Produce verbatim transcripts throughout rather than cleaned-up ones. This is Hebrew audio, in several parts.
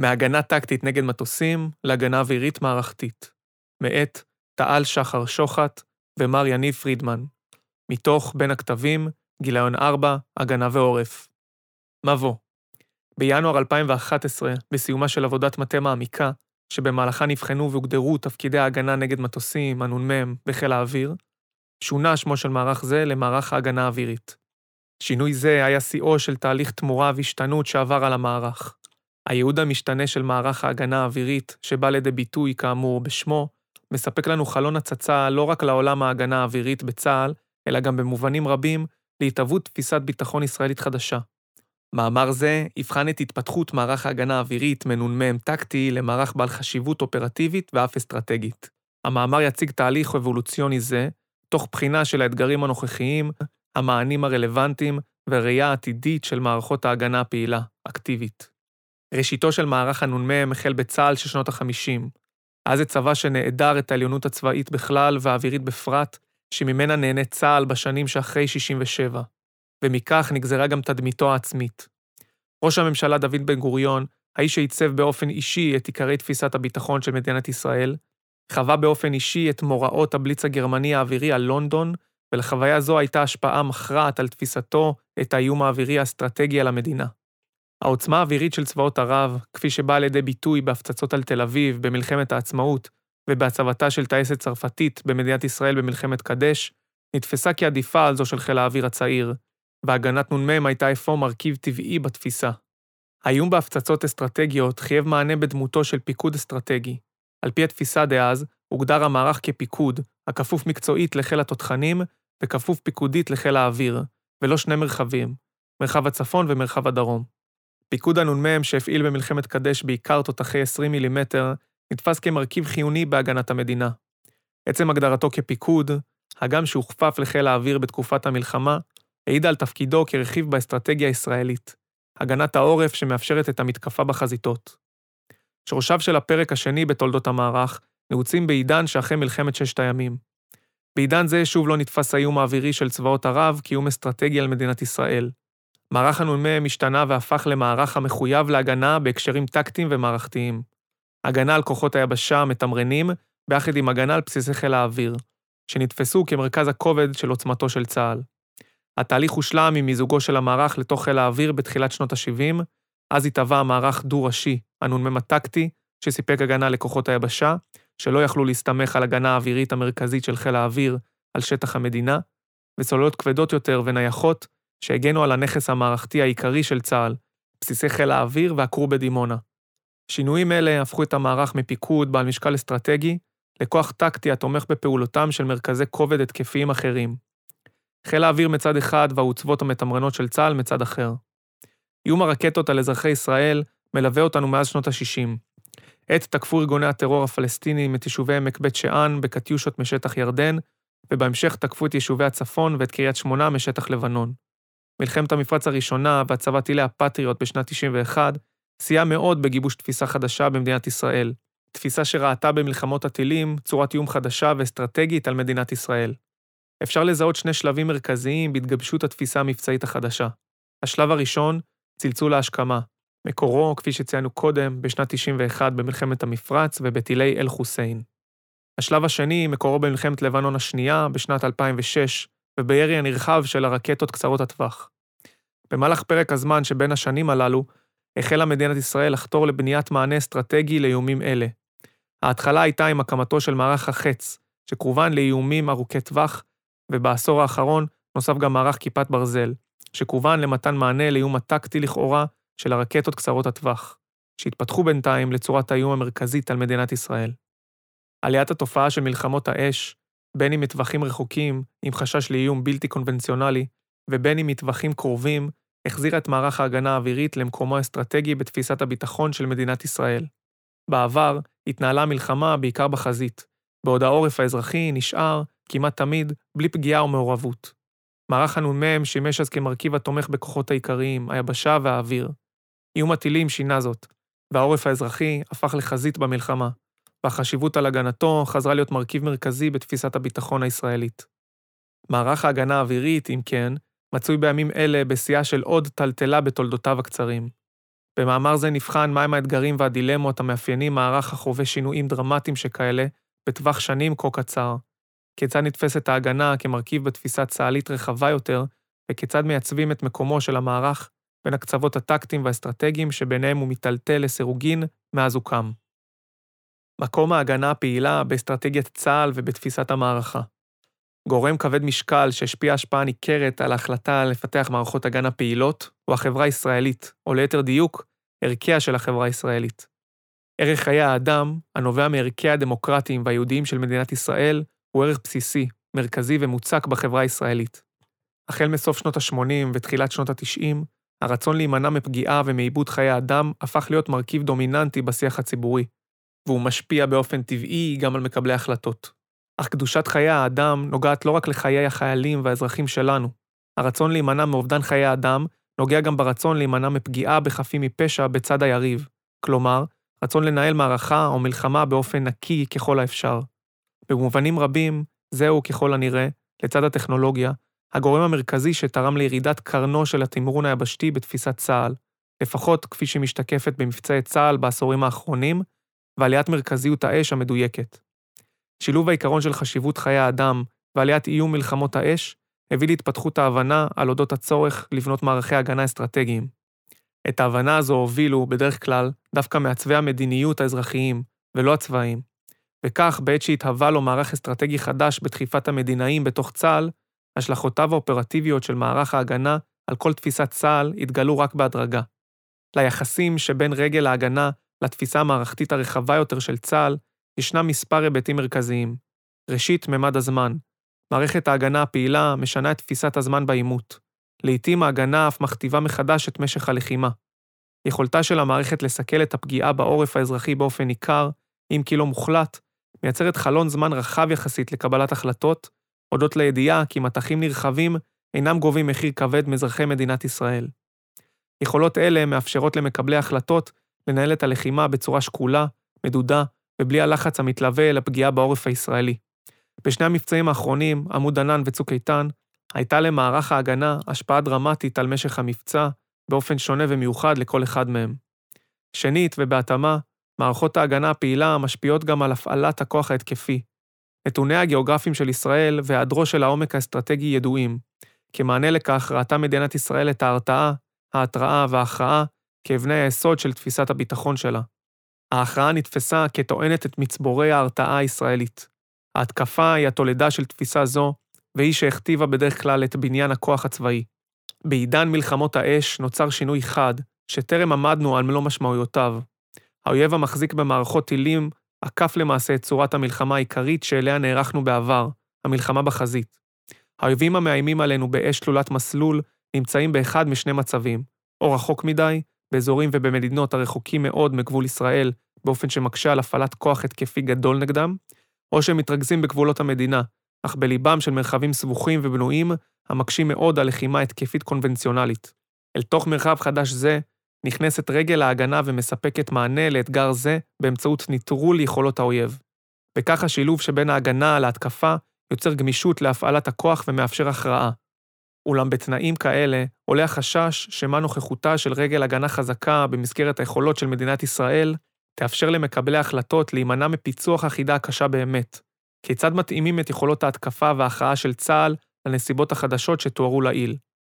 מהגנה טקטית נגד מטוסים להגנה אווירית מערכתית. מאת תעל שחר שוחט ומר יניב פרידמן. מתוך בין הכתבים, גיליון ארבע, הגנה ועורף. מבוא. בינואר אלפיים ואחת עשרה, בסיומה של עבודת מטה מעמיקה, שבמהלכה נבחנו והוגדרו תפקידי ההגנה נגד מטוסים, הנ"מ, בחיל האוויר, שונה שמו של מערך זה למערך ההגנה האווירית. שינוי זה היה שיאו של תהליך תמורה והשתנות שעבר על המערך. הייעוד המשתנה של מערך ההגנה האווירית, שבא לידי ביטוי כאמור בשמו, מספק לנו חלון הצצה לא רק לעולם ההגנה האווירית בצה"ל, אלא גם במובנים רבים להתהוות תפיסת ביטחון ישראלית חדשה. מאמר זה יבחן את התפתחות מערך ההגנה האווירית מנ"מ טקטי למערך בעל חשיבות אופרטיבית ואף אסטרטגית. המאמר יציג תהליך אבולוציוני זה, תוך בחינה של האתגרים הנוכחיים, המענים הרלוונטיים והראייה העתידית של מערכות ההגנה הפעילה, אקטיבית. ראשיתו של מערך הנ"מ החל בצה"ל של שנות ה-חמישים. אז זה צבא שנעדר את העליונות הצבאית בכלל והאווירית בפרט, שממנה נהנה צה"ל בשנים שאחרי שישים ושבע, ומכך נגזרה גם תדמיתו העצמית. ראש הממשלה דוד בן גוריון, האיש שעיצב באופן אישי את עיקרי תפיסת הביטחון של מדינת ישראל, חווה באופן אישי את מוראות הבליץ הגרמני האווירי על לונדון, ולחוויה זו הייתה השפעה מכרעת על תפיסתו את האיום האווירי האסטרטגי על המדינה. העוצמה האווירית של צבאות ערב, כפי שבאה לידי ביטוי בהפצצות על תל אביב במלחמת העצמאות, ובהצבתה של טייסת צרפתית במדינת ישראל במלחמת קדש, נתפסה כעדיפה על זו של חיל האוויר הצעיר, והגנת נ"מ הייתה אפוא מרכיב טבעי בתפיסה. האיום בהפצצות אסטרטגיות חייב מענה בדמותו של פיקוד אסטרטגי. על פי התפיסה דאז, הוגדר המערך כפיקוד, הכפוף מקצועית לחיל התותחנים, וכפוף פיקודית לחיל האוויר, ולא שני מרחבים, מרחב הצפון ומרחב הדרום. פיקוד הנ"מ שהפעיל במלחמת קדש בעיקר תותחי עשרים מילימטר, נתפס כמרכיב חיוני בהגנת המדינה. עצם הגדרתו כפיקוד, הגם שהוכפף לחיל האוויר בתקופת המלחמה, העיד על תפקידו כרכיב באסטרטגיה הישראלית, הגנת העורף שמאפשרת את המתקפה בחזיתות. שורשיו של הפרק השני בתולדות המערך נעוצים בעידן שאחרי מלחמת ששת הימים. בעידן זה שוב לא נתפס האיום האווירי של צבאות ערב כאיום אסטרטגי על מדינת ישראל. מערך הנ"מ השתנה והפך למערך המחויב להגנה בהקשרים טקטיים ומערכתיים. הגנה על כוחות היבשה המתמרנים, ביחד עם הגנה על בסיסי חיל האוויר, שנתפסו כמרכז הכובד של עוצמתו של צה"ל. התהליך הושלם עם מיזוגו של המערך לתוך חיל האוויר בתחילת שנות ה-שבעים, אז התהווה המערך דו-ראשי, הנ"מ הטקטי, שסיפק הגנה לכוחות היבשה, שלא יכלו להסתמך על הגנה האווירית המרכזית של חיל האוויר על שטח המדינה, וסוללות כבדות יותר ונייחות, שהגנו על הנכס המערכתי העיקרי של צה"ל, בסיסי חיל האוויר והקרו בדימונה. שינויים אלה הפכו את המערך מפיקוד בעל משקל אסטרטגי, לכוח טקטי התומך בפעולותם של מרכזי כובד התקפיים אחרים. חיל האוויר מצד אחד והעוצבות המתמרנות של צה"ל מצד אחר. איום הרקטות על אזרחי ישראל מלווה אותנו מאז שנות ה-שישים. עת תקפו ארגוני הטרור הפלסטינים את יישובי עמק בית שאן בקטיושות משטח ירדן, ובהמשך תקפו את יישובי הצפון ואת קריית שמונה משטח לבנון. מלחמת המפרץ הראשונה והצבת טילי הפטריוט בשנת תשעים ואחת סייעה מאוד בגיבוש תפיסה חדשה במדינת ישראל, תפיסה שראתה במלחמות הטילים צורת איום חדשה ואסטרטגית על מדינת ישראל. אפשר לזהות שני שלבים מרכזיים בהתגבשות התפיסה המבצעית החדשה. השלב הראשון, צלצול ההשכמה, מקורו, כפי שציינו קודם, בשנת תשעים ואחת במלחמת המפרץ ובטילי אל חוסיין. השלב השני, מקורו במלחמת לבנון השנייה בשנת אלפיים ושש, ובירי הנרחב של הרקטות קצרות הטווח. במהלך פרק הזמן שבין השנים הללו, החלה מדינת ישראל לחתור לבניית מענה אסטרטגי לאיומים אלה. ההתחלה הייתה עם הקמתו של מערך החץ, שכוון לאיומים ארוכי טווח, ובעשור האחרון נוסף גם מערך כיפת ברזל, שכוון למתן מענה לאיום הטקטי לכאורה של הרקטות קצרות הטווח, שהתפתחו בינתיים לצורת האיום המרכזית על מדינת ישראל. עליית התופעה של מלחמות האש, בין אם מטווחים רחוקים עם חשש לאיום בלתי קונבנציונלי, ובין אם מטווחים קרובים, החזירה את מערך ההגנה האווירית למקומו האסטרטגי בתפיסת הביטחון של מדינת ישראל. בעבר התנהלה מלחמה בעיקר בחזית, בעוד העורף האזרחי נשאר כמעט תמיד בלי פגיעה ומעורבות. מערך הנ"מ שימש אז כמרכיב התומך בכוחות העיקריים, היבשה והאוויר. איום הטילים שינה זאת, והעורף האזרחי הפך לחזית במלחמה, והחשיבות על הגנתו חזרה להיות מרכיב מרכזי בתפיסת הביטחון הישראלית. מערך ההגנה האווירית, אם כן, מצוי בימים אלה בשיאה של עוד טלטלה בתולדותיו הקצרים. במאמר זה נבחן מהם האתגרים והדילמות המאפיינים מערך החווה שינויים דרמטיים שכאלה בטווח שנים כה קצר, כיצד נתפסת ההגנה כמרכיב בתפיסה צה"לית רחבה יותר, וכיצד מייצבים את מקומו של המערך בין הקצוות הטקטיים והאסטרטגיים שביניהם הוא מיטלטל לסירוגין מאז הוקם. מקום ההגנה הפעילה באסטרטגיית צה"ל ובתפיסת המערכה. גורם כבד משקל שהשפיע השפעה ניכרת על ההחלטה לפתח מערכות הגנה פעילות, הוא החברה הישראלית, או ליתר דיוק, ערכיה של החברה הישראלית. ערך חיי האדם, הנובע מערכי הדמוקרטיים והיהודיים של מדינת ישראל, הוא ערך בסיסי, מרכזי ומוצק בחברה הישראלית. החל מסוף שנות ה-שמונים ותחילת שנות ה-תשעים, הרצון להימנע מפגיעה ומאיבוד חיי האדם הפך להיות מרכיב דומיננטי בשיח הציבורי, והוא משפיע באופן טבעי גם על מקבלי החלטות. אך קדושת חיי האדם נוגעת לא רק לחיי החיילים והאזרחים שלנו. הרצון להימנע מאובדן חיי האדם נוגע גם ברצון להימנע מפגיעה בחפים מפשע בצד היריב, כלומר, רצון לנהל מערכה או מלחמה באופן נקי ככל האפשר. במובנים רבים, זהו ככל הנראה, לצד הטכנולוגיה, הגורם המרכזי שתרם לירידת קרנו של התמרון היבשתי בתפיסת צה"ל, לפחות כפי שמשתקפת במבצעי צה"ל בעשורים האחרונים, ועליית מרכזיות האש המדויקת. שילוב העיקרון של חשיבות חיי האדם ועליית איום מלחמות האש הביא להתפתחות ההבנה על אודות הצורך לבנות מערכי הגנה אסטרטגיים. את ההבנה הזו הובילו בדרך כלל דווקא מעצבי המדיניות האזרחיים ולא הצבאיים, וכך בעת שהתהווה לו מערך אסטרטגי חדש בדחיפת המדינאים בתוך צה"ל, השלכותיו האופרטיביות של מערך ההגנה על כל תפיסת צה"ל התגלו רק בהדרגה. ליחסים שבין רגל ההגנה לתפיסה המערכתית הרחבה יותר של צה"ל, ישנם מספר היבטים מרכזיים. ראשית, ממד הזמן. מערכת ההגנה הפעילה משנה את תפיסת הזמן בעימות. לעתים ההגנה אף מכתיבה מחדש את משך הלחימה. יכולתה של המערכת לסכל את הפגיעה בעורף האזרחי באופן ניכר, אם כי לא מוחלט, מייצרת חלון זמן רחב יחסית לקבלת החלטות, הודות לידיעה כי מתחים נרחבים אינם גובים מחיר כבד מאזרחי מדינת ישראל. יכולות אלה מאפשרות למקבלי החלטות לנהל את הלחימה בצורה שקולה, מדודה, ובלי הלחץ המתלווה אל הפגיעה בעורף הישראלי. בשני המבצעים האחרונים, עמוד ענן וצוק איתן, הייתה למערך ההגנה השפעה דרמטית על משך המבצע, באופן שונה ומיוחד לכל אחד מהם. שנית ובהתאמה, מערכות ההגנה הפעילה משפיעות גם על הפעלת הכוח ההתקפי. נתוני הגיאוגרפיים של ישראל והיעדרו של העומק האסטרטגי ידועים. כמענה לכך ראתה מדינת ישראל את ההרתעה, ההתראה וההכרעה כאבני היסוד של תפיסת הביטחון שלה. ההכרעה נתפסה כטוענת את מצבורי ההרתעה הישראלית. ההתקפה היא התולדה של תפיסה זו, והיא שהכתיבה בדרך כלל את בניין הכוח הצבאי. בעידן מלחמות האש נוצר שינוי חד, שטרם עמדנו על מלוא משמעויותיו. האויב המחזיק במערכות טילים, עקף למעשה את צורת המלחמה העיקרית שאליה נערכנו בעבר, המלחמה בחזית. האויבים המאיימים עלינו באש תלולת מסלול נמצאים באחד משני מצבים, או רחוק מדי, באזורים ובמדינות הרחוקים מאוד מגבול ישראל, באופן שמקשה על הפעלת כוח התקפי גדול נגדם, או שהם מתרכזים בגבולות המדינה, אך בליבם של מרחבים סבוכים ובנויים, המקשים מאוד על לחימה התקפית קונבנציונלית. אל תוך מרחב חדש זה, נכנסת רגל ההגנה ומספקת מענה לאתגר זה באמצעות ניטרול יכולות האויב. וכך השילוב שבין ההגנה להתקפה יוצר גמישות להפעלת הכוח ומאפשר הכרעה. אולם בתנאים כאלה עולה החשש שמה נוכחותה של רגל הגנה חזקה במסגרת היכולות של מדינת ישראל תאפשר למקבלי ההחלטות להימנע מפיצוח החידה הקשה באמת. כיצד מתאימים את יכולות ההתקפה וההכרעה של צה"ל לנסיבות החדשות שתוארו לעיל.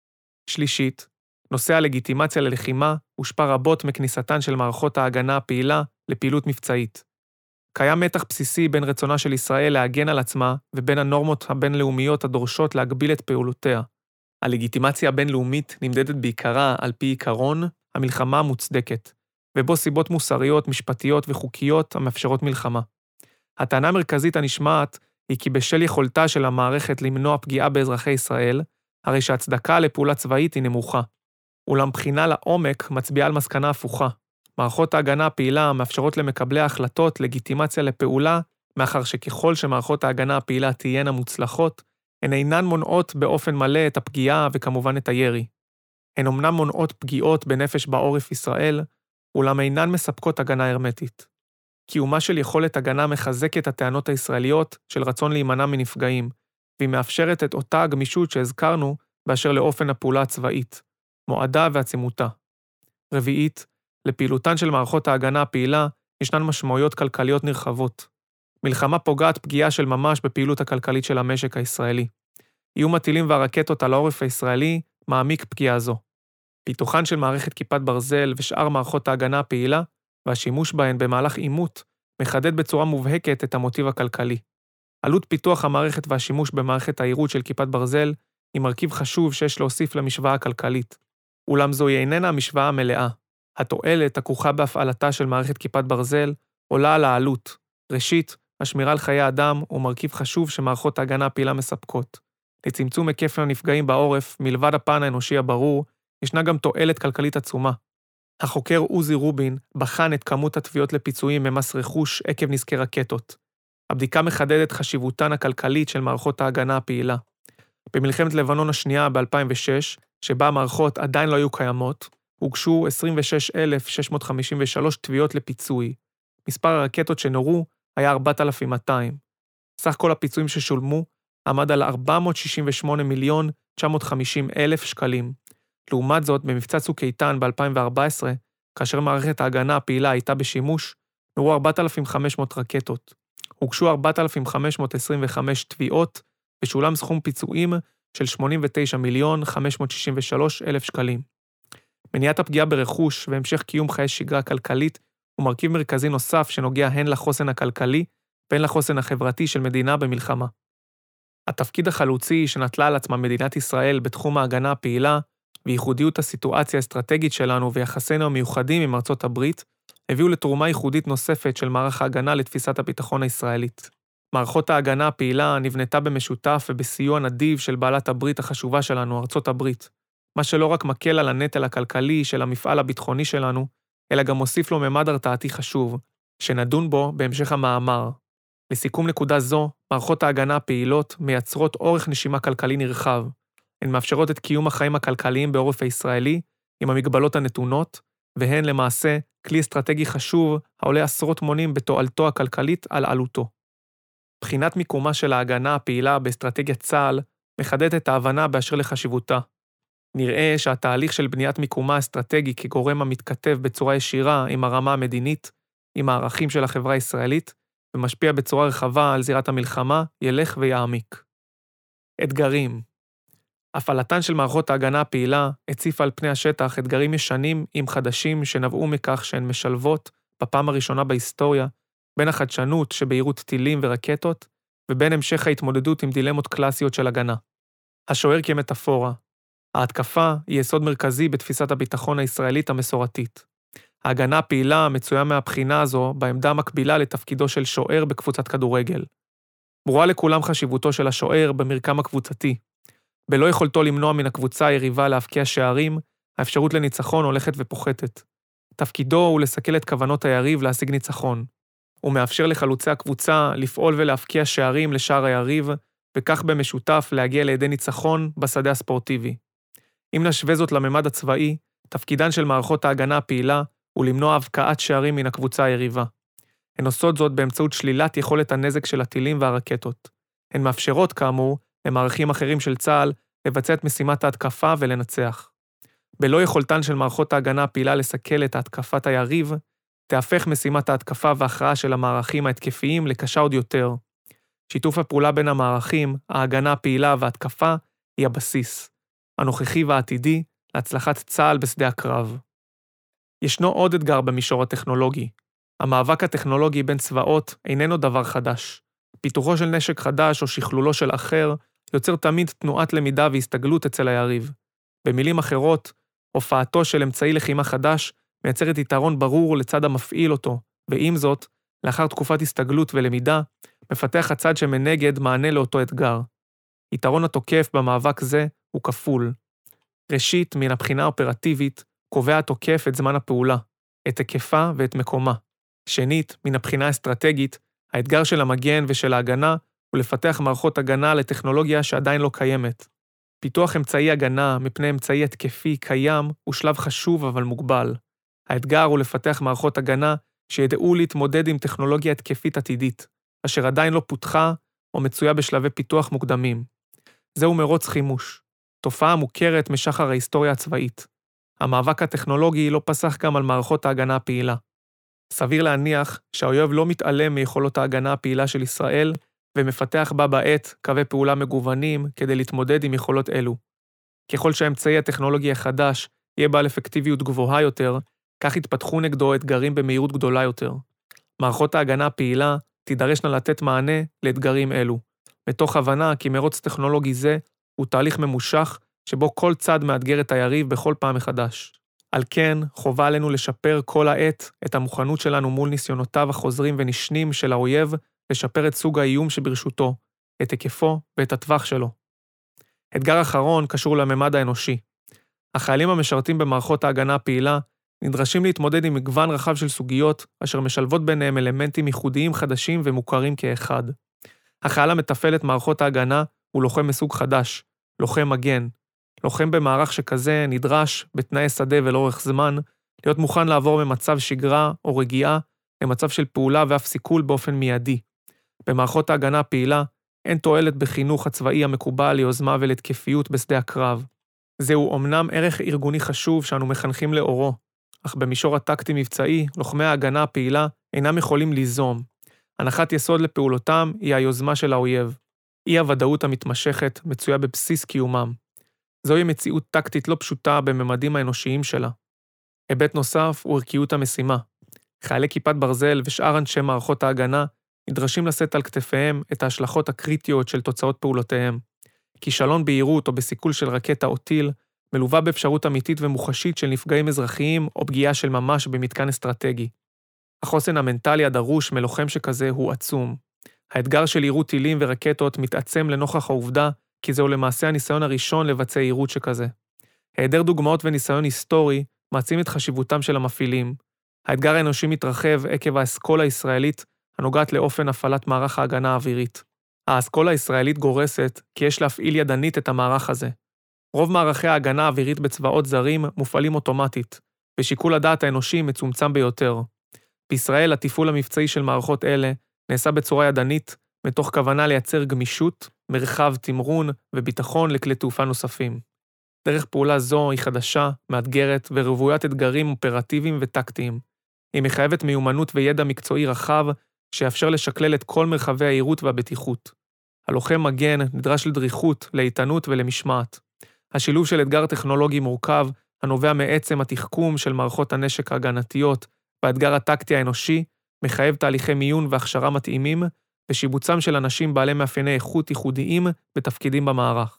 שלישית, נושא הלגיטימציה ללחימה הושפע רבות מכניסתן של מערכות ההגנה הפעילה לפעילות מבצעית. קיים מתח בסיסי בין רצונה של ישראל להגן על עצמה ובין הנורמות הבינלאומיות הדורשות להגביל את פעולותיה. הלגיטימציה הבינלאומית נמדדת בעיקרה על פי עיקרון המלחמה המוצדקת, ובו סיבות מוסריות, משפטיות וחוקיות המאפשרות מלחמה. הטענה המרכזית הנשמעת היא כי בשל יכולתה של המערכת למנוע פגיעה באזרחי ישראל, הרי שהצדקה לפעולה צבאית היא נמוכה. אולם בחינה לעומק מצביעה על מסקנה הפוכה. מערכות ההגנה הפעילה מאפשרות למקבלי ההחלטות לגיטימציה לפעולה, מאחר שככל שמערכות ההגנה הפעילה תהיינה מוצלחות, הן אינן מונעות באופן מלא את הפגיעה וכמובן את הירי. הן אומנם מונעות פגיעות בנפש בעורף ישראל, אולם אינן מספקות הגנה הרמטית. קיומה של יכולת הגנה מחזק את הטענות הישראליות של רצון להימנע מנפגעים, והיא מאפשרת את אותה הגמישות שהזכרנו באשר לאופן הפעולה הצבאית, מועדה ועצימותה. רביעית, לפעילותן של מערכות ההגנה הפעילה ישנן משמעויות כלכליות נרחבות. מלחמה פוגעת פגיעה של ממש בפעילות הכלכלית של המשק הישראלי. איום הטילים והרקטות על העורף הישראלי מעמיק פגיעה זו. פיתוחן של מערכת כיפת ברזל ושאר מערכות ההגנה הפעילה, והשימוש בהן במהלך עימות, מחדד בצורה מובהקת את המוטיב הכלכלי. עלות פיתוח המערכת והשימוש במערכת העירות של כיפת ברזל היא מרכיב חשוב שיש להוסיף למשוואה הכלכלית. אולם זוהי איננה המשוואה המלאה. התועלת הכרוכה בהפעלתה של מערכת כיפת ברזל עולה על העלות. ראשית, השמירה על חיי אדם הוא מרכיב חשוב שמערכות ההגנה הפעילה מספקות. לצמצום היקף הנפגעים בעורף, מלבד הפן האנושי הברור, ישנה גם תועלת כלכלית עצומה. החוקר עוזי רובין בחן את כמות התביעות לפיצויים ממס רכוש עקב נזקי רקטות. הבדיקה מחדדת חשיבותן הכלכלית של מערכות ההגנה הפעילה. במלחמת לבנון השנייה ב-אלפיים ושש, שבה המערכות עדיין לא היו קיימות, הוגשו עשרים ושש אלף שש מאות חמישים ושלוש תביעות לפיצוי. מספר הרקטות שנורו היה ארבעת אלפים מאתיים. סך כל הפיצויים ששולמו עמד על ארבע מאות שישים ושמונה מיליון תשע מאות וחמישים אלף שקלים. לעומת זאת, במבצע צוק איתן ב-אלפיים וארבע עשרה, כאשר מערכת ההגנה הפעילה הייתה בשימוש, נורו ארבעת אלפים וחמש מאות רקטות. הוגשו ארבעת אלפים חמש מאות עשרים וחמש תביעות, ושולם סכום פיצויים של שמונים ותשעה מיליון חמש מאות שישים ושלושה אלף שקלים. מניעת הפגיעה ברכוש והמשך קיום חיי שגרה כלכלית הוא מרכיב מרכזי נוסף שנוגע הן לחוסן הכלכלי והן לחוסן החברתי של מדינה במלחמה. התפקיד החלוצי שנטלה על עצמה מדינת ישראל בתחום ההגנה הפעילה וייחודיות הסיטואציה האסטרטגית שלנו ויחסינו המיוחדים עם ארצות הברית הביאו לתרומה ייחודית נוספת של מערך ההגנה לתפיסת הביטחון הישראלית. מערכות ההגנה הפעילה נבנתה במשותף ובסיוע נדיב של בעלת הברית החשובה שלנו, ארצות הברית, מה שלא רק מקל על הנטל הכלכלי של המפעל הביטחוני שלנו, אלא גם מוסיף לו ממד הרתעתי חשוב, שנדון בו בהמשך המאמר. לסיכום נקודה זו, מערכות ההגנה הפעילות מייצרות אורך נשימה כלכלי נרחב. הן מאפשרות את קיום החיים הכלכליים בעורף הישראלי עם המגבלות הנתונות, והן למעשה כלי אסטרטגי חשוב העולה עשרות מונים בתועלתו הכלכלית על עלותו. בחינת מיקומה של ההגנה הפעילה באסטרטגיית צה"ל מחדדת את ההבנה באשר לחשיבותה. נראה שהתהליך של בניית מיקומה אסטרטגי כגורם המתכתב בצורה ישירה עם הרמה המדינית, עם הערכים של החברה הישראלית, ומשפיע בצורה רחבה על זירת המלחמה, ילך ויעמיק. אתגרים. הפעלתן של מערכות ההגנה הפעילה הציפה על פני השטח אתגרים ישנים עם חדשים שנבעו מכך שהן משלבות בפעם הראשונה בהיסטוריה בין החדשנות שבהירות טילים ורקטות ובין המשך ההתמודדות עם דילמות קלאסיות של הגנה. השוער כמטאפורה. ההתקפה היא יסוד מרכזי בתפיסת הביטחון הישראלית המסורתית. ההגנה הפעילה מצויה מהבחינה הזו בעמדה המקבילה לתפקידו של שוער בקבוצת כדורגל. ברורה לכולם חשיבותו של השוער במרקם הקבוצתי. בלא יכולתו למנוע מן הקבוצה היריבה להבקיע שערים, האפשרות לניצחון הולכת ופוחתת. תפקידו הוא לסכל את כוונות היריב להשיג ניצחון. הוא מאפשר לחלוצי הקבוצה לפעול ולהבקיע שערים לשער היריב, וכך במשותף להגיע לידי ניצחון בשדה הספורטיבי. אם נשווה זאת לממד הצבאי, תפקידן של מערכות ההגנה הפעילה הוא למנוע הבקעת שערים מן הקבוצה היריבה. הן עושות זאת באמצעות שלילת יכולת הנזק של הטילים והרקטות. הן מאפשרות, כאמור, למערכים אחרים של צה"ל לבצע את משימת ההתקפה ולנצח. בלא יכולתן של מערכות ההגנה הפעילה לסכל את התקפת היריב, תהפך משימת ההתקפה וההכרעה של המערכים ההתקפיים לקשה עוד יותר. שיתוף הפעולה בין המערכים, ההגנה הפעילה וההתקפה היא הבסיס, הנוכחי והעתידי, להצלחת צה"ל בשדה הקרב. ישנו עוד אתגר במישור הטכנולוגי. המאבק הטכנולוגי בין צבאות איננו דבר חדש. פיתוחו של נשק חדש או שכלולו של אחר יוצר תמיד תנועת למידה והסתגלות אצל היריב. במילים אחרות, הופעתו של אמצעי לחימה חדש מייצרת יתרון ברור לצד המפעיל אותו, ועם זאת, לאחר תקופת הסתגלות ולמידה, מפתח הצד שמנגד מענה לאותו אתגר. יתרון התוקף במאבק זה הוא כפול. ראשית, מן הבחינה האופרטיבית, קובע התוקף את זמן הפעולה, את היקפה ואת מקומה. שנית, מן הבחינה האסטרטגית, האתגר של המגן ושל ההגנה הוא לפתח מערכות הגנה לטכנולוגיה שעדיין לא קיימת. פיתוח אמצעי הגנה מפני אמצעי התקפי קיים הוא שלב חשוב אבל מוגבל. האתגר הוא לפתח מערכות הגנה שידעו להתמודד עם טכנולוגיה התקפית עתידית, אשר עדיין לא פותחה או מצויה בשלבי פיתוח מוקדמים. זהו מרוץ חימוש, תופעה מוכרת משחר ההיסטוריה הצבאית. המאבק הטכנולוגי לא פסח גם על מערכות ההגנה הפעילה. סביר להניח שהאויב לא מתעלם מיכולות ההגנה הפעילה של ישראל, ומפתח בה בעת קווי פעולה מגוונים כדי להתמודד עם יכולות אלו. ככל שהאמצעי הטכנולוגי החדש יהיה בעל אפקטיביות גבוהה יותר, כך יתפתחו נגדו אתגרים במהירות גדולה יותר. מערכות ההגנה הפעילה תידרשנה לתת מענה לאתגרים אלו, מתוך הבנה כי מרוץ טכנולוגי זה הוא תהליך ממושך שבו כל צד מאתגר את היריב בכל פעם מחדש. על כן, חובה עלינו לשפר כל העת את המוכנות שלנו מול ניסיונותיו החוזרים ונשנים של האויב, לשפר את סוג האיום שברשותו, את היקפו ואת הטווח שלו. אתגר אחרון קשור לממד האנושי. החיילים המשרתים במערכות ההגנה הפעילה נדרשים להתמודד עם מגוון רחב של סוגיות, אשר משלבות ביניהם אלמנטים ייחודיים חדשים ומוכרים כאחד. החייל המתפעל את מערכות ההגנה הוא לוחם מסוג חדש, לוחם מגן. לוחם במערך שכזה נדרש, בתנאי שדה ולאורך זמן, להיות מוכן לעבור ממצב שגרה או רגיעה למצב של פעולה ואף סיכול באופן מיידי. במערכות ההגנה הפעילה אין תועלת בחינוך הצבאי המקובל ליוזמה ולתקפיות בשדה הקרב. זהו אמנם ערך ארגוני חשוב שאנו מחנכים לאורו, אך במישור הטקטי-מבצעי, לוחמי ההגנה הפעילה אינם יכולים ליזום. הנחת יסוד לפעולותם היא היוזמה של האויב. אי הוודאות המתמשכת מצויה בבסיס קיומם. זוהי מציאות טקטית לא פשוטה בממדים האנושיים שלה. היבט נוסף הוא ערכיות המשימה. חיילי כיפת ברזל ושאר אנשי מערכות ההגנה נדרשים לשאת על כתפיהם את ההשלכות הקריטיות של תוצאות פעולותיהם. כישלון בהירות או בסיכול של רקטה או טיל, מלווה באפשרות אמיתית ומוחשית של נפגעים אזרחיים או פגיעה של ממש במתקן אסטרטגי. החוסן המנטלי הדרוש מלוחם שכזה הוא עצום. האתגר של יירוט טילים ורקטות מתעצם לנוכח העובדה כי זהו למעשה הניסיון הראשון לבצע יירוט שכזה. היעדר דוגמאות וניסיון היסטורי מעצים את חשיבותם של המפעילים. האתגר האנושי מתרחב עקב האסכולה הישראלית הנוגעת לאופן הפעלת מערך ההגנה האווירית. האסכולה הישראלית גורסת כי יש להפעיל ידנית את המערך הזה. רוב מערכי ההגנה האווירית בצבאות זרים מופעלים אוטומטית, ושיקול הדעת האנושי מצומצם ביותר. בישראל התפעול המבצעי של מערכות אלה נעשה בצורה ידנית, מתוך כוונה לייצר גמישות, מרחב תמרון וביטחון לכלי תעופה נוספים. דרך פעולה זו היא חדשה, מאתגרת ורוויית אתגרים אופרטיביים וטקטיים. היא מחייבת מיומנות וידע מקצועי רחב, שיאפשר לשקלל את כל מרחבי העירות והבטיחות. הלוחם מגן נדרש לדריכות, לאיתנות ולמשמעת. השילוב של אתגר טכנולוגי מורכב, הנובע מעצם התחכום של מערכות הנשק ההגנתיות, והאתגר הטקטי האנושי, מחייב תהליכי מיון והכשרה מתאימים, ושיבוצם של אנשים בעלי מאפייני איכות ייחודיים בתפקידים במערך.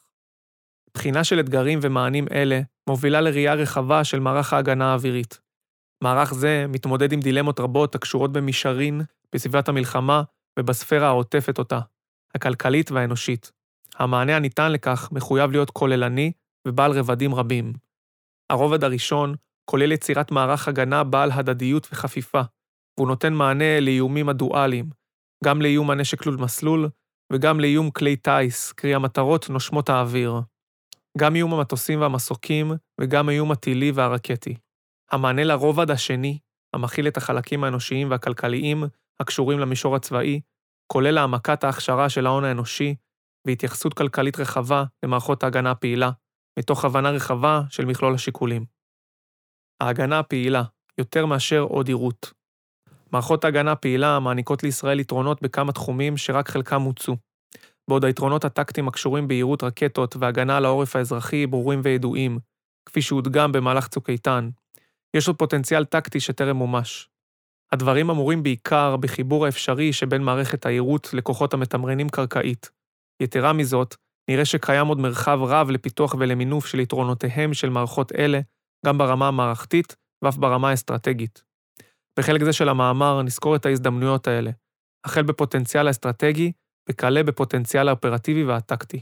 בחינה של אתגרים ומענים אלה מובילה לראייה רחבה של מערך ההגנה האווירית. מערך זה מתמודד עם דילמות רבות הקשורות במישרין, בסביבת המלחמה ובספירה העוטפת אותה, הכלכלית והאנושית. המענה הניתן לכך מחויב להיות כוללני ובעל רבדים רבים. הרובד הראשון כולל יצירת מערך הגנה בעל הדדיות וחפיפה, והוא נותן מענה לאיומים הדואליים, גם לאיום הנשק תלול מסלול וגם לאיום כלי טייס, קרי המטרות נושמות האוויר. גם איום המטוסים והמסוקים וגם איום הטילי והרקטי. המענה לרובד השני, המכיל את החלקים האנושיים והכלכליים הקשורים למישור הצבאי, כולל העמקת ההכשרה של ההון האנושי והתייחסות כלכלית רחבה למערכות ההגנה הפעילה, מתוך הבנה רחבה של מכלול השיקולים. ההגנה הפעילה, יותר מאשר עוד יירוט. מערכות ההגנה הפעילה מעניקות לישראל יתרונות בכמה תחומים שרק חלקם מוצו. בעוד היתרונות הטקטיים הקשורים ביירוט רקטות והגנה על העורף האזרחי ברורים וידועים, כפי שהודגם במהלך צוק איתן, יש עוד פוטנציאל טקטי שטרם מומש. הדברים אמורים בעיקר בחיבור האפשרי שבין מערכת היירוט לכוחות המתמרנים קרקעית. יתרה מזאת, נראה שקיים עוד מרחב רב לפיתוח ולמינוף של יתרונותיהם של מערכות אלה, גם ברמה המערכתית ואף ברמה האסטרטגית. בחלק זה של המאמר נזכור את ההזדמנויות האלה, החל בפוטנציאל האסטרטגי וכלה בפוטנציאל האופרטיבי והטקטי.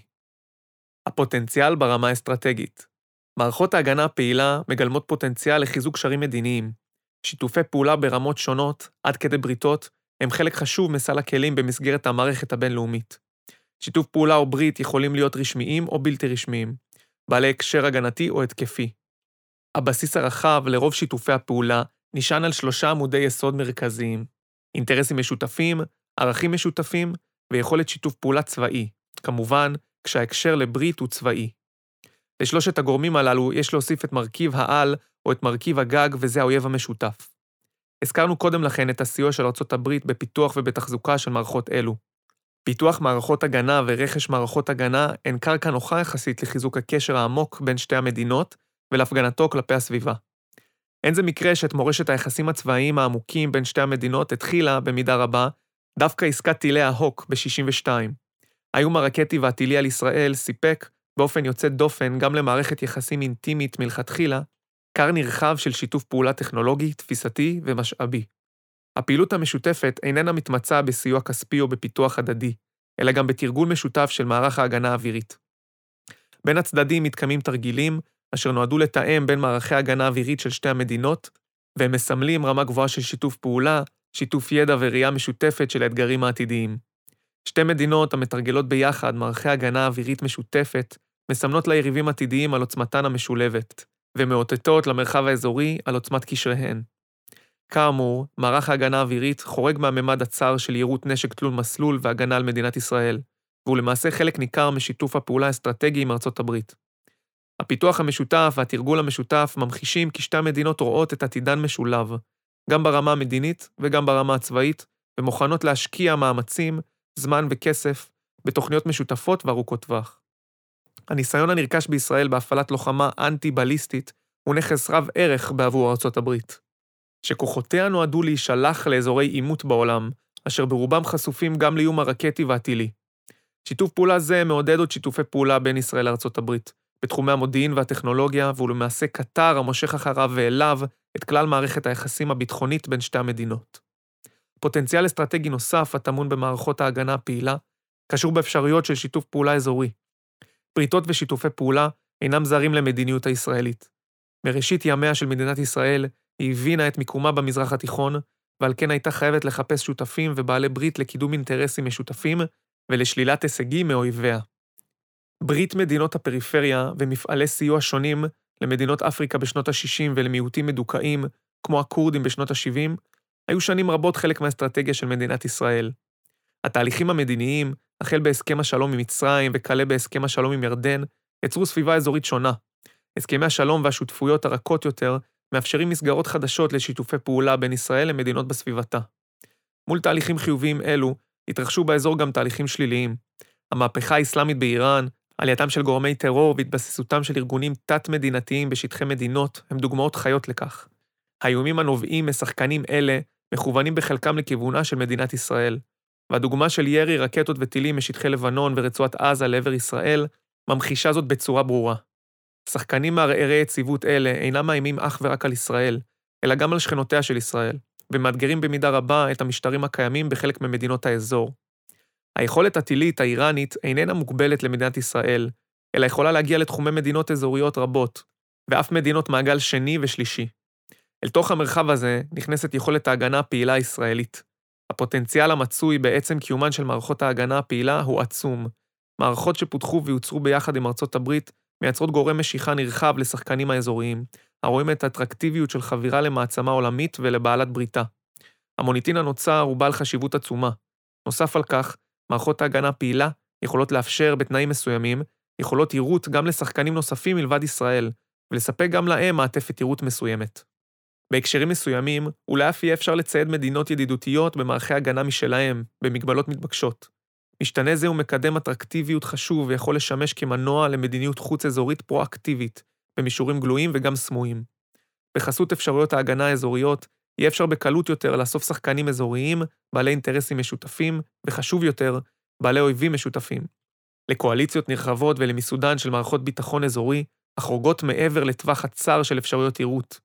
הפוטנציאל ברמה האסטרטגית. מערכות ההגנה הפעילה מגלמות פוטנציאל לחיזוק קשרים מדיניים. שיתופי פעולה ברמות שונות, עד כדי בריתות, הם חלק חשוב מסל הכלים במסגרת המערכת הבינלאומית. שיתוף פעולה או ברית יכולים להיות רשמיים או בלתי רשמיים, בעלי הקשר הגנתי או התקפי. הבסיס הרחב לרוב שיתופי הפעולה נשען על שלושה עמודי יסוד מרכזיים, אינטרסים משותפים, ערכים משותפים ויכולת שיתוף פעולה צבאי, כמובן כשההקשר לברית הוא צבאי. לשלושת הגורמים הללו יש להוסיף את מרכיב העל או את מרכיב הגג, וזה האויב המשותף. הזכרנו קודם לכן את הסיוע של ארצות הברית בפיתוח ובתחזוקה של מערכות אלו. פיתוח מערכות הגנה ורכש מערכות הגנה הן קרקע נוחה יחסית לחיזוק הקשר העמוק בין שתי המדינות ולהפגנתו כלפי הסביבה. אין זה מקרה שאת מורשת היחסים הצבאיים העמוקים בין שתי המדינות התחילה במידה רבה דווקא עסקת טילי ההוק ב-שישים ושתיים. האיום הרקטי והטילי על ישראל סיפק באופן יוצא דופן גם למערכת יחסים אינטימית מלכתחילה, קר נרחב של שיתוף פעולה טכנולוגי, תפיסתי ומשאבי. הפעילות המשותפת איננה מתמצה בסיוע כספי או בפיתוח הדדי, אלא גם בתרגול משותף של מערך ההגנה האווירית. בין הצדדים מתקיימים תרגילים, אשר נועדו לתאם בין מערכי ההגנה האווירית של שתי המדינות, והם מסמלים רמה גבוהה של שיתוף פעולה, שיתוף ידע וראייה משותפת של האתגרים העתידיים. שתי מדינות המתרגלות ביחד מערכי הגנה אווירית משותפת, מסמנות ליריבים עתידיים על עוצמתן המשולבת, ומאותתות למרחב האזורי על עוצמת קשריהן. כאמור, מערך ההגנה האווירית חורג מהממד הצר של יירוט נשק תלול מסלול והגנה על מדינת ישראל, והוא למעשה חלק ניכר משיתוף הפעולה האסטרטגי עם ארצות הברית. הפיתוח המשותף והתרגול המשותף ממחישים כי שתי המדינות רואות את עתידן משולב, גם ברמה המדינית וגם ברמה הצבאית, ומוכנות להשקיע מאמצים, זמן וכסף בתוכניות משותפות וארוכות טווח. הניסיון הנרכש בישראל בהפעלת לוחמה אנטי-בליסטית הוא נכס רב ערך בעבור ארצות הברית. שכוחותיה נועדו להישלח לאזורי עימות בעולם, אשר ברובם חשופים גם לאיום הרקטי והטילי. שיתוף פעולה זה מעודד עוד שיתופי פעולה בין ישראל לארצות הברית, בתחומי המודיעין והטכנולוגיה, והוא למעשה קטר המושך אחריו ואליו את כלל מערכת היחסים הביטחונית בין שתי המדינות. פוטנציאל אסטרטגי נוסף הטמון במערכות ההגנה הפעילה, קשור באפשרויות של שיתוף פעולה אזורי. בריתות ושיתופי פעולה אינם זרים למדיניות הישראלית. מראשית ימיה של מדינת ישראל, היא הבינה את מיקומה במזרח התיכון, ועל כן הייתה חייבת לחפש שותפים ובעלי ברית לקידום אינטרסים משותפים ולשלילת הישגים מאויביה. ברית מדינות הפריפריה ומפעלי סיוע שונים למדינות אפריקה בשנות ה-שישים ולמיעוטים מדוכאים, כמו הקורדים בשנות ה-שבעים, היו שנים רבות חלק מהאסטרטגיה של מדינת ישראל. התהליכים המדיניים, החל בהסכם השלום עם מצרים וכלה בהסכם השלום עם ירדן, יצרו סביבה אזורית שונה. הסכמי השלום והשותפויות הרכות יותר מאפשרים מסגרות חדשות לשיתופי פעולה בין ישראל למדינות בסביבתה. מול תהליכים חיוביים אלו, התרחשו באזור גם תהליכים שליליים. המהפכה האסלאמית באיראן, עלייתם של גורמי טרור והתבססותם של ארגונים תת-מדינתיים בשטחי מדינות, הם דוגמאות חיות לכך. האיומים הנובעים משחקנים אלה מכוונים בחלקם לכיוונה של מדינת ישראל, והדוגמה של ירי רקטות וטילים משטחי לבנון ורצועת עזה לעבר ישראל ממחישה זאת בצורה ברורה. שחקנים מערערי יציבות אלה אינם מאיימים אך ורק על ישראל, אלא גם על שכנותיה של ישראל, ומאתגרים במידה רבה את המשטרים הקיימים בחלק ממדינות האזור. היכולת הטילית האיראנית איננה מוגבלת למדינת ישראל, אלא יכולה להגיע לתחומי מדינות אזוריות רבות, ואף מדינות מעגל שני ושלישי. אל תוך המרחב הזה נכנסת יכולת ההגנה הפעילה הישראלית. הפוטנציאל המצוי בעצם קיומן של מערכות ההגנה הפעילה הוא עצום. מערכות שפותחו ויוצרו ביחד עם ארצות הברית מייצרות גורם משיכה נרחב לשחקנים האזוריים, הרואים את האטרקטיביות של חבירה למעצמה עולמית ולבעלת בריתה. המוניטין הנוצר הוא בעל חשיבות עצומה. נוסף על כך, מערכות ההגנה הפעילה יכולות לאפשר בתנאים מסוימים, יכולות יירוט גם לשחקנים נוספים מלבד ישראל, ולספק גם להם מעטפת יירוט מסוימת. בהקשרים מסוימים, אולי אף יהיה אפשר לצייד מדינות ידידותיות במערכי הגנה משלהם, במגבלות מתבקשות. משתנה זה הוא מקדם אטרקטיביות חשוב ויכול לשמש כמנוע למדיניות חוץ אזורית פרואקטיבית, במישורים גלויים וגם סמויים. בחסות אפשרויות ההגנה האזוריות, יהיה אפשר בקלות יותר לאסוף שחקנים אזוריים, בעלי אינטרסים משותפים, וחשוב יותר, בעלי אויבים משותפים. לקואליציות נרחבות ולמיסודן של מערכות ביטחון אזורי, החורגות מעבר לטווח הצר של אפשרויות יירוט.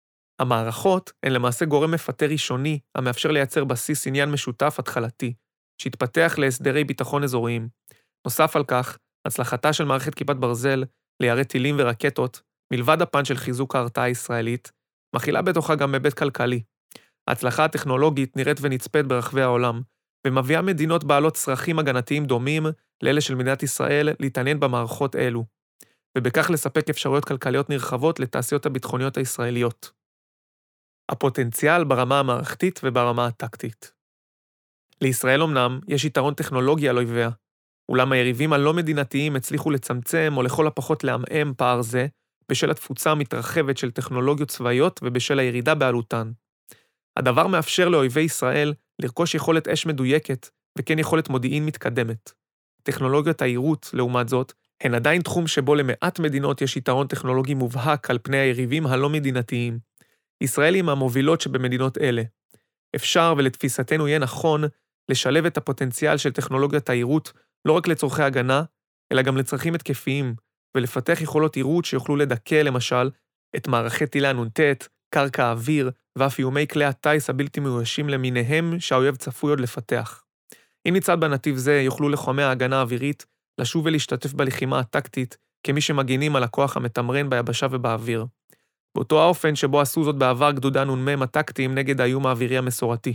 המערכות הן למעשה גורם מפתה ראשוני, המאפשר לייצר בסיס עניין משותף התחלתי, שהתפתח להסדרי ביטחון אזוריים. נוסף על כך, הצלחתה של מערכת כיפת ברזל ליירט טילים ורקטות, מלבד הפן של חיזוק ההרתעה הישראלית, מכילה בתוכה גם היבט כלכלי. ההצלחה הטכנולוגית נראית ונצפית ברחבי העולם, ומביאה מדינות בעלות צרכים הגנתיים דומים לאלה של מדינת ישראל להתעניין במערכות אלו, ובכך לספק אפשרויות כלכליות נרחבות לתעשיות הביטחוניות הישראליות. הפוטנציאל ברמה המערכתית וברמה הטקטית. לישראל אמנם יש יתרון טכנולוגי על אויביה, אולם היריבים הלא מדינתיים הצליחו לצמצם או לכל הפחות לעמעם פער זה, בשל התפוצה המתרחבת של טכנולוגיות צבאיות ובשל הירידה בעלותן. הדבר מאפשר לאויבי ישראל לרכוש יכולת אש מדויקת וכן יכולת מודיעין מתקדמת. טכנולוגיות העירות, לעומת זאת, הן עדיין תחום שבו למעט מדינות יש יתרון טכנולוגי מובהק על פני היריבים הלא מדינתיים. ישראל היא מהמובילות שבמדינות אלה. אפשר ולתפיסתנו יהיה נכון לשלב את הפוטנציאל של טכנולוגיית העירות לא רק לצורכי הגנה, אלא גם לצרכים התקפיים, ולפתח יכולות עירות שיוכלו לדכא, למשל, את מערכי טילי הנ"ט, קרקע האוויר, ואף איומי כלי הטייס הבלתי מאוישים למיניהם שהאויב צפוי עוד לפתח. אם נצעד בנתיב זה, יוכלו לוחמי ההגנה האווירית לשוב ולהשתתף בלחימה הטקטית, כמי שמגינים על הכוח המתמרן ביבשה ובאוויר. באותו האופן שבו עשו זאת בעבר גדודי הנ"מ הטקטיים נגד האיום האווירי המסורתי.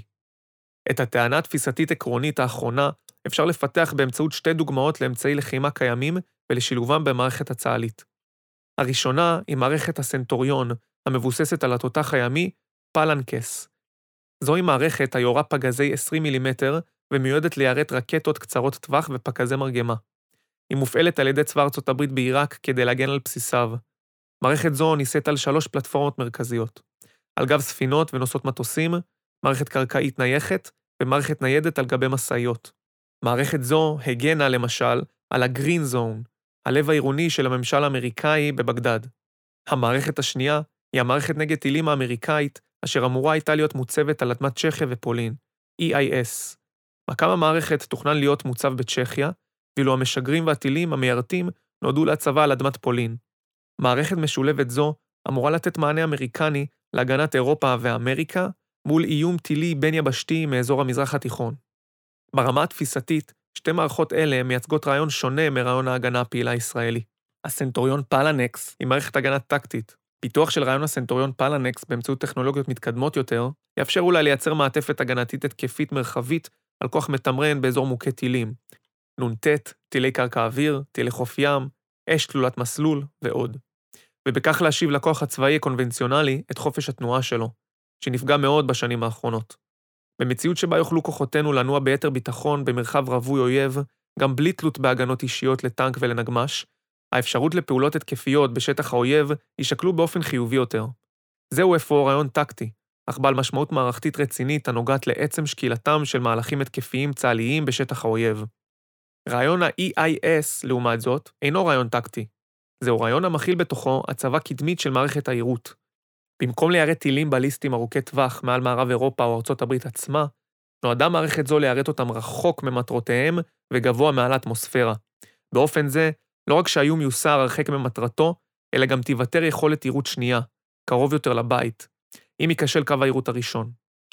את הטענה התפיסתית עקרונית האחרונה אפשר לפתח באמצעות שתי דוגמאות לאמצעי לחימה קיימים ולשילובם במערכת הצה"לית. הראשונה היא מערכת הסנטוריון, המבוססת על התותח הימי פלנקס. זוהי מערכת היורה פגזי עשרים מילימטר ומיועדת ליירט רקטות קצרות טווח ופגזי מרגמה. היא מופעלת על ידי צבא ארצות הברית בעיראק כדי להגן על בסיסיו. מערכת זו ניסית על שלוש פלטפורמות מרכזיות. על גב ספינות ונוסעות מטוסים, מערכת קרקעית נייחת ומערכת ניידת על גבי מסעיות. מערכת זו הגנה למשל על הגרין זון, הלב העירוני של הממשל האמריקאי בבגדד. המערכת השנייה היא המערכת נגד טילים האמריקאית, אשר אמורה הייתה להיות מוצבת על אדמת צ'כיה ופולין, E I S. מקם המערכת תוכנן להיות מוצב בצ'כיה, ואילו המשגרים והטילים המיירטים נועדו להצבה על אדמת פולין. מערכת משולבת זו אמורה לתת מענה אמריקני להגנת אירופה ואמריקה, מול איום טילי בין יבשתי מאזור המזרח התיכון. ברמה התפיסתית, שתי מערכות אלה מייצגות רעיון שונה מרעיון ההגנה הפעילה הישראלי. הסנטוריון פלנקס היא מערכת הגנה טקטית. פיתוח של רעיון הסנטוריון פלנקס באמצעות טכנולוגיות מתקדמות יותר, יאפשר אולי לייצר מעטפת הגנתית התקפית מרחבית על כוח מתמרן באזור מוכה טילים. נ"ט, טילי קרקע אוויר, טילי חוף ים, אש תלולת מסלול ועוד. ובכך להשיב לכוח הצבאי הקונבנציונלי את חופש התנועה שלו, שנפגע מאוד בשנים האחרונות. במציאות שבה יוכלו כוחותינו לנוע ביתר ביטחון במרחב רווי אויב, גם בלי תלות בהגנות אישיות לטנק ולנגמש, האפשרות לפעולות התקפיות בשטח האויב יישקלו באופן חיובי יותר. זהו אפוא רעיון טקטי, אך בעל משמעות מערכתית רצינית הנוגעת לעצם שקילתם של מהלכים התקפיים צה"ליים בשטח האויב. רעיון ה-E I S, לעומת זאת, אינו רעיון טקטי. זהו רעיון המכיל בתוכו הצבה קדמית של מערכת העירות. במקום ליירט טילים בליסטיים ארוכי טווח מעל מערב אירופה או ארצות הברית עצמה, נועדה מערכת זו ליירט אותם רחוק ממטרותיהם וגבוה מעל האטמוספירה. באופן זה, לא רק שהאיום יוסר הרחק ממטרתו, אלא גם תיוותר יכולת עירות שנייה, קרוב יותר לבית, אם ייכשל קו העירות הראשון.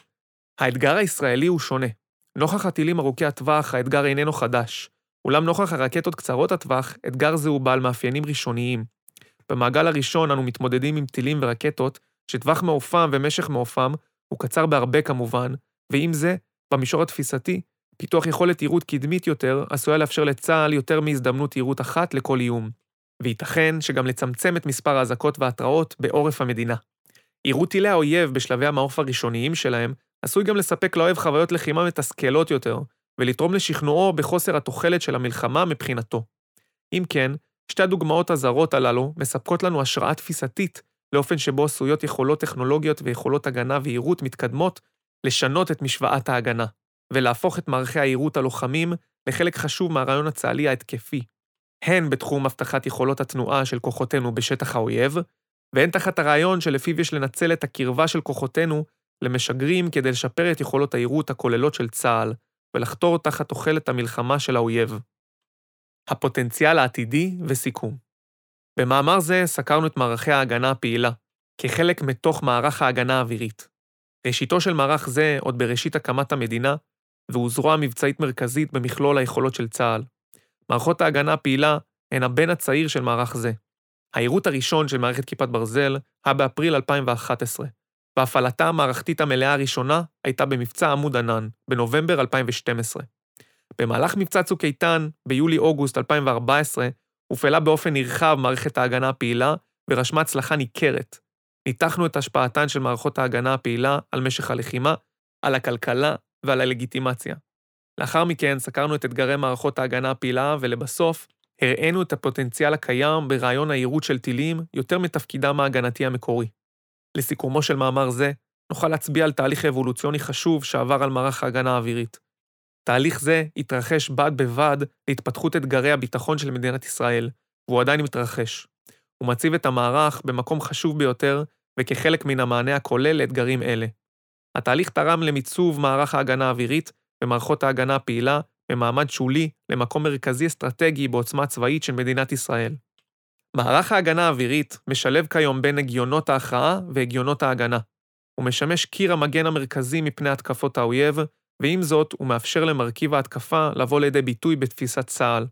האתגר הישראלי הוא שונה. נוכח הטילים ארוכי הטווח, האתגר איננו חדש. אולם נוכח הרקטות קצרות הטווח, אתגר זה הוא בעל מאפיינים ראשוניים. במעגל הראשון אנו מתמודדים עם טילים ורקטות, שטווח מעופם ומשך מעופם הוא קצר בהרבה כמובן, ועם זה, במישור התפיסתי, פיתוח יכולת עירות קדמית יותר עשויה לאפשר לצה"ל יותר מהזדמנות עירות אחת לכל איום, וייתכן שגם לצמצם את מספר ההזעקות וההתראות בעורף המדינה. עירות טילי האויב בשלבי המעוף הראשוניים שלהם עשוי גם לספק לאויב חוויות לחימה מתסכלות יותר, ולתרום לשכנועו בחוסר התוחלת של המלחמה מבחינתו. אם כן, שתי הדוגמאות הזרות הללו מספקות לנו השראה תפיסתית לאופן שבו עשויות יכולות טכנולוגיות ויכולות הגנה ועירות מתקדמות לשנות את משוואת ההגנה, ולהפוך את מערכי העירות הלוחמים לחלק חשוב מהרעיון הצה"לי ההתקפי, הן בתחום הבטחת יכולות התנועה של כוחותינו בשטח האויב, והן תחת הרעיון שלפיו יש לנצל את הקרבה של כוחותינו למשגרים כדי לשפר את יכולות העירות הכוללות של צה"ל, ולחתור תחת תוחלת המלחמה של האויב. הפוטנציאל העתידי וסיכום. במאמר זה סקרנו את מערכי ההגנה הפעילה, כחלק מתוך מערך ההגנה האווירית. ראשיתו של מערך זה עוד בראשית הקמת המדינה, והוא זרוע מבצעית מרכזית במכלול היכולות של צה"ל. מערכות ההגנה הפעילה הן הבן הצעיר של מערך זה. העירות הראשון של מערכת כיפת ברזל היה באפריל אלפיים ואחת עשרה, והפעלתה המערכתית המלאה הראשונה הייתה במבצע עמוד ענן, בנובמבר אלפיים ושתים עשרה. במהלך מבצע צוק איתן, ביולי-אוגוסט אלפיים וארבע עשרה, הופעלה באופן נרחב מערכת ההגנה הפעילה ורשמה הצלחה ניכרת. ניתחנו את השפעתן של מערכות ההגנה הפעילה על משך הלחימה, על הכלכלה ועל הלגיטימציה. לאחר מכן סקרנו את אתגרי מערכות ההגנה הפעילה, ולבסוף הראינו את הפוטנציאל הקיים ברעיון העירות של טילים יותר מתפקידם ההגנתי המקורי. לסיכומו של מאמר זה, נוכל להצביע על תהליך אבולוציוני חשוב שעבר על מערך ההגנה האווירית. תהליך זה התרחש בד בבד להתפתחות אתגרי הביטחון של מדינת ישראל, והוא עדיין מתרחש. הוא מציב את המערך במקום חשוב ביותר, וכחלק מן המענה הכולל לאתגרים אלה. התהליך תרם למיצוב מערך ההגנה האווירית ומערכות ההגנה הפעילה במעמד שולי למקום מרכזי אסטרטגי בעוצמה צבאית של מדינת ישראל. מערך ההגנה האווירית משלב כיום בין הגיונות ההכרעה והגיונות ההגנה. הוא משמש קיר המגן המרכזי מפני התקפות האויב, ועם זאת הוא מאפשר למרכיב ההתקפה לבוא לידי ביטוי בתפיסת צה"ל.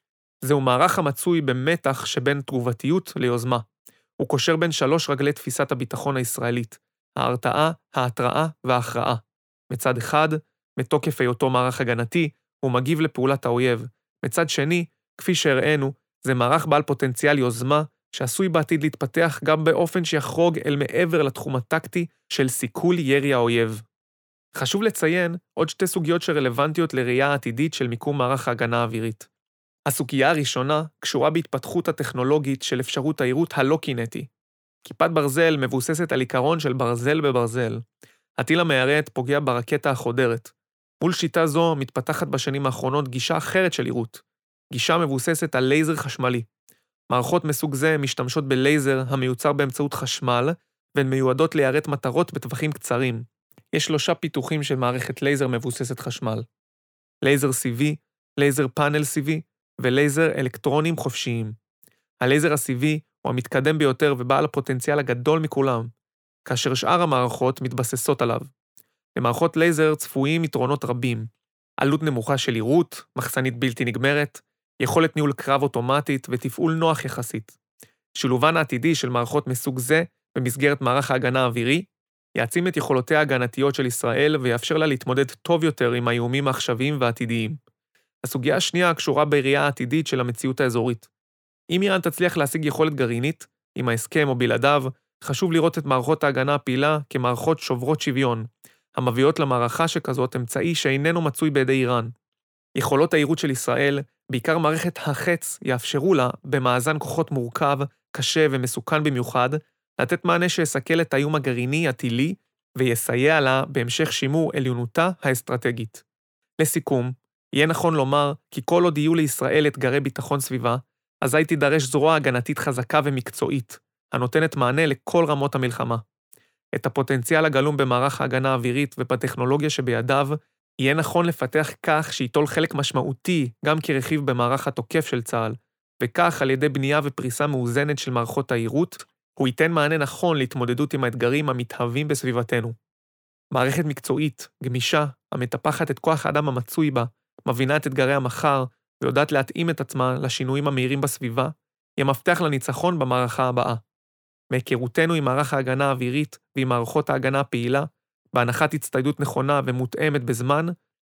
זהו מערך המצוי במתח שבין תגובתיות ליוזמה. הוא קושר בין שלוש רגלי תפיסת הביטחון הישראלית, ההרתעה, ההתראה וההכרעה. מצד אחד, מתוקף היותו מערך הגנתי, הוא מגיב לפעולת האויב. מצד שני, כפי שהראינו, זה מערך בעל פוטנציאל יוזמה, שעשוי בעתיד להתפתח גם באופן שיחרוג אל מעבר לתחום הטקטי של סיכול ירי האויב. חשוב לציין עוד שתי סוגיות שרלוונטיות לראייה העתידית של מיקום מערך ההגנה האווירית. הסוגיה הראשונה קשורה בהתפתחות הטכנולוגית של אפשרות העירות הלא קינטי. כיפת ברזל מבוססת על עיקרון של ברזל בברזל. הטיל המיירט פוגע ברקטה החודרת. מול שיטה זו מתפתחת בשנים האחרונות גישה אחרת של עירות. גישה מבוססת על לייזר חשמלי. מערכות מסוג זה משתמשות בלייזר המיוצר באמצעות חשמל, והן מיועדות ליירט מטרות בטווחים קצרים. יש שלושה פיתוחים של מערכת לייזר מבוססת חשמל. לייזר סי וי, לייזר פאנל סי וי ולייזר אלקטרונים חופשיים. הלייזר ה-סי וי הוא המתקדם ביותר ובעל הפוטנציאל הגדול מכולם, כאשר שאר המערכות מתבססות עליו. למערכות לייזר צפויים יתרונות רבים, עלות נמוכה של עירות, מחסנית בלתי נגמרת, יכולת ניהול קרב אוטומטית ותפעול נוח יחסית. שילובן העתידי של מערכות מסוג זה במסגרת מערך ההגנה האווירי, יעצים את יכולותיה ההגנתיות של ישראל ויאפשר לה להתמודד טוב יותר עם האיומים העכשוויים והעתידיים. הסוגיה השנייה קשורה בראייה העתידית של המציאות האזורית. אם איראן תצליח להשיג יכולת גרעינית, עם ההסכם או בלעדיו, חשוב לראות את מערכות ההגנה הפעילה כמערכות שוברות שוויון, המביאות למערכה שכזאת אמצעי שאיננו מצוי בידי איראן. יכולות העירות של ישראל, בעיקר מערכת החץ, יאפשרו לה, במאזן כוחות מורכב, קשה ומסוכן במיוחד, לתת מענה שיסכל את האיום הגרעיני הטילי, ויסייע לה בהמשך שימור עליונותה האסטרטגית. לסיכום, יהיה נכון לומר כי כל עוד יהיו לישראל אתגרי ביטחון סביבה, אזי תידרש זרוע הגנתית חזקה ומקצועית, הנותנת מענה לכל רמות המלחמה. את הפוטנציאל הגלום במערך ההגנה האווירית ובטכנולוגיה שבידיו, יהיה נכון לפתח כך שייטול חלק משמעותי גם כרכיב במערך התוקף של צה"ל, וכך על ידי בנייה ופריסה מאוזנת של מערכות העירות, הוא ייתן מענה נכון להתמודדות עם האתגרים המתהווים בסביבתנו. מערכת מקצועית, גמישה, המטפחת את כוח האדם המצוי בה, מבינה את אתגרי המחר ויודעת להתאים את עצמה לשינויים המהירים בסביבה, היא המפתח לניצחון במערכה הבאה. מהיכרותנו עם מערך ההגנה האווירית ועם מערכות ההגנה הפעילה, בהנחת הצטיידות נכונה ומותאמת בזמן,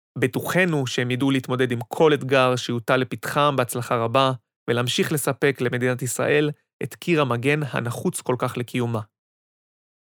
בטוחנו שהם ידעו להתמודד עם כל אתגר שיוטל לפתחם בהצלחה רבה, ולהמשיך לספק למדינת ישראל את קיר המגן הנחוץ כל כך לקיומה.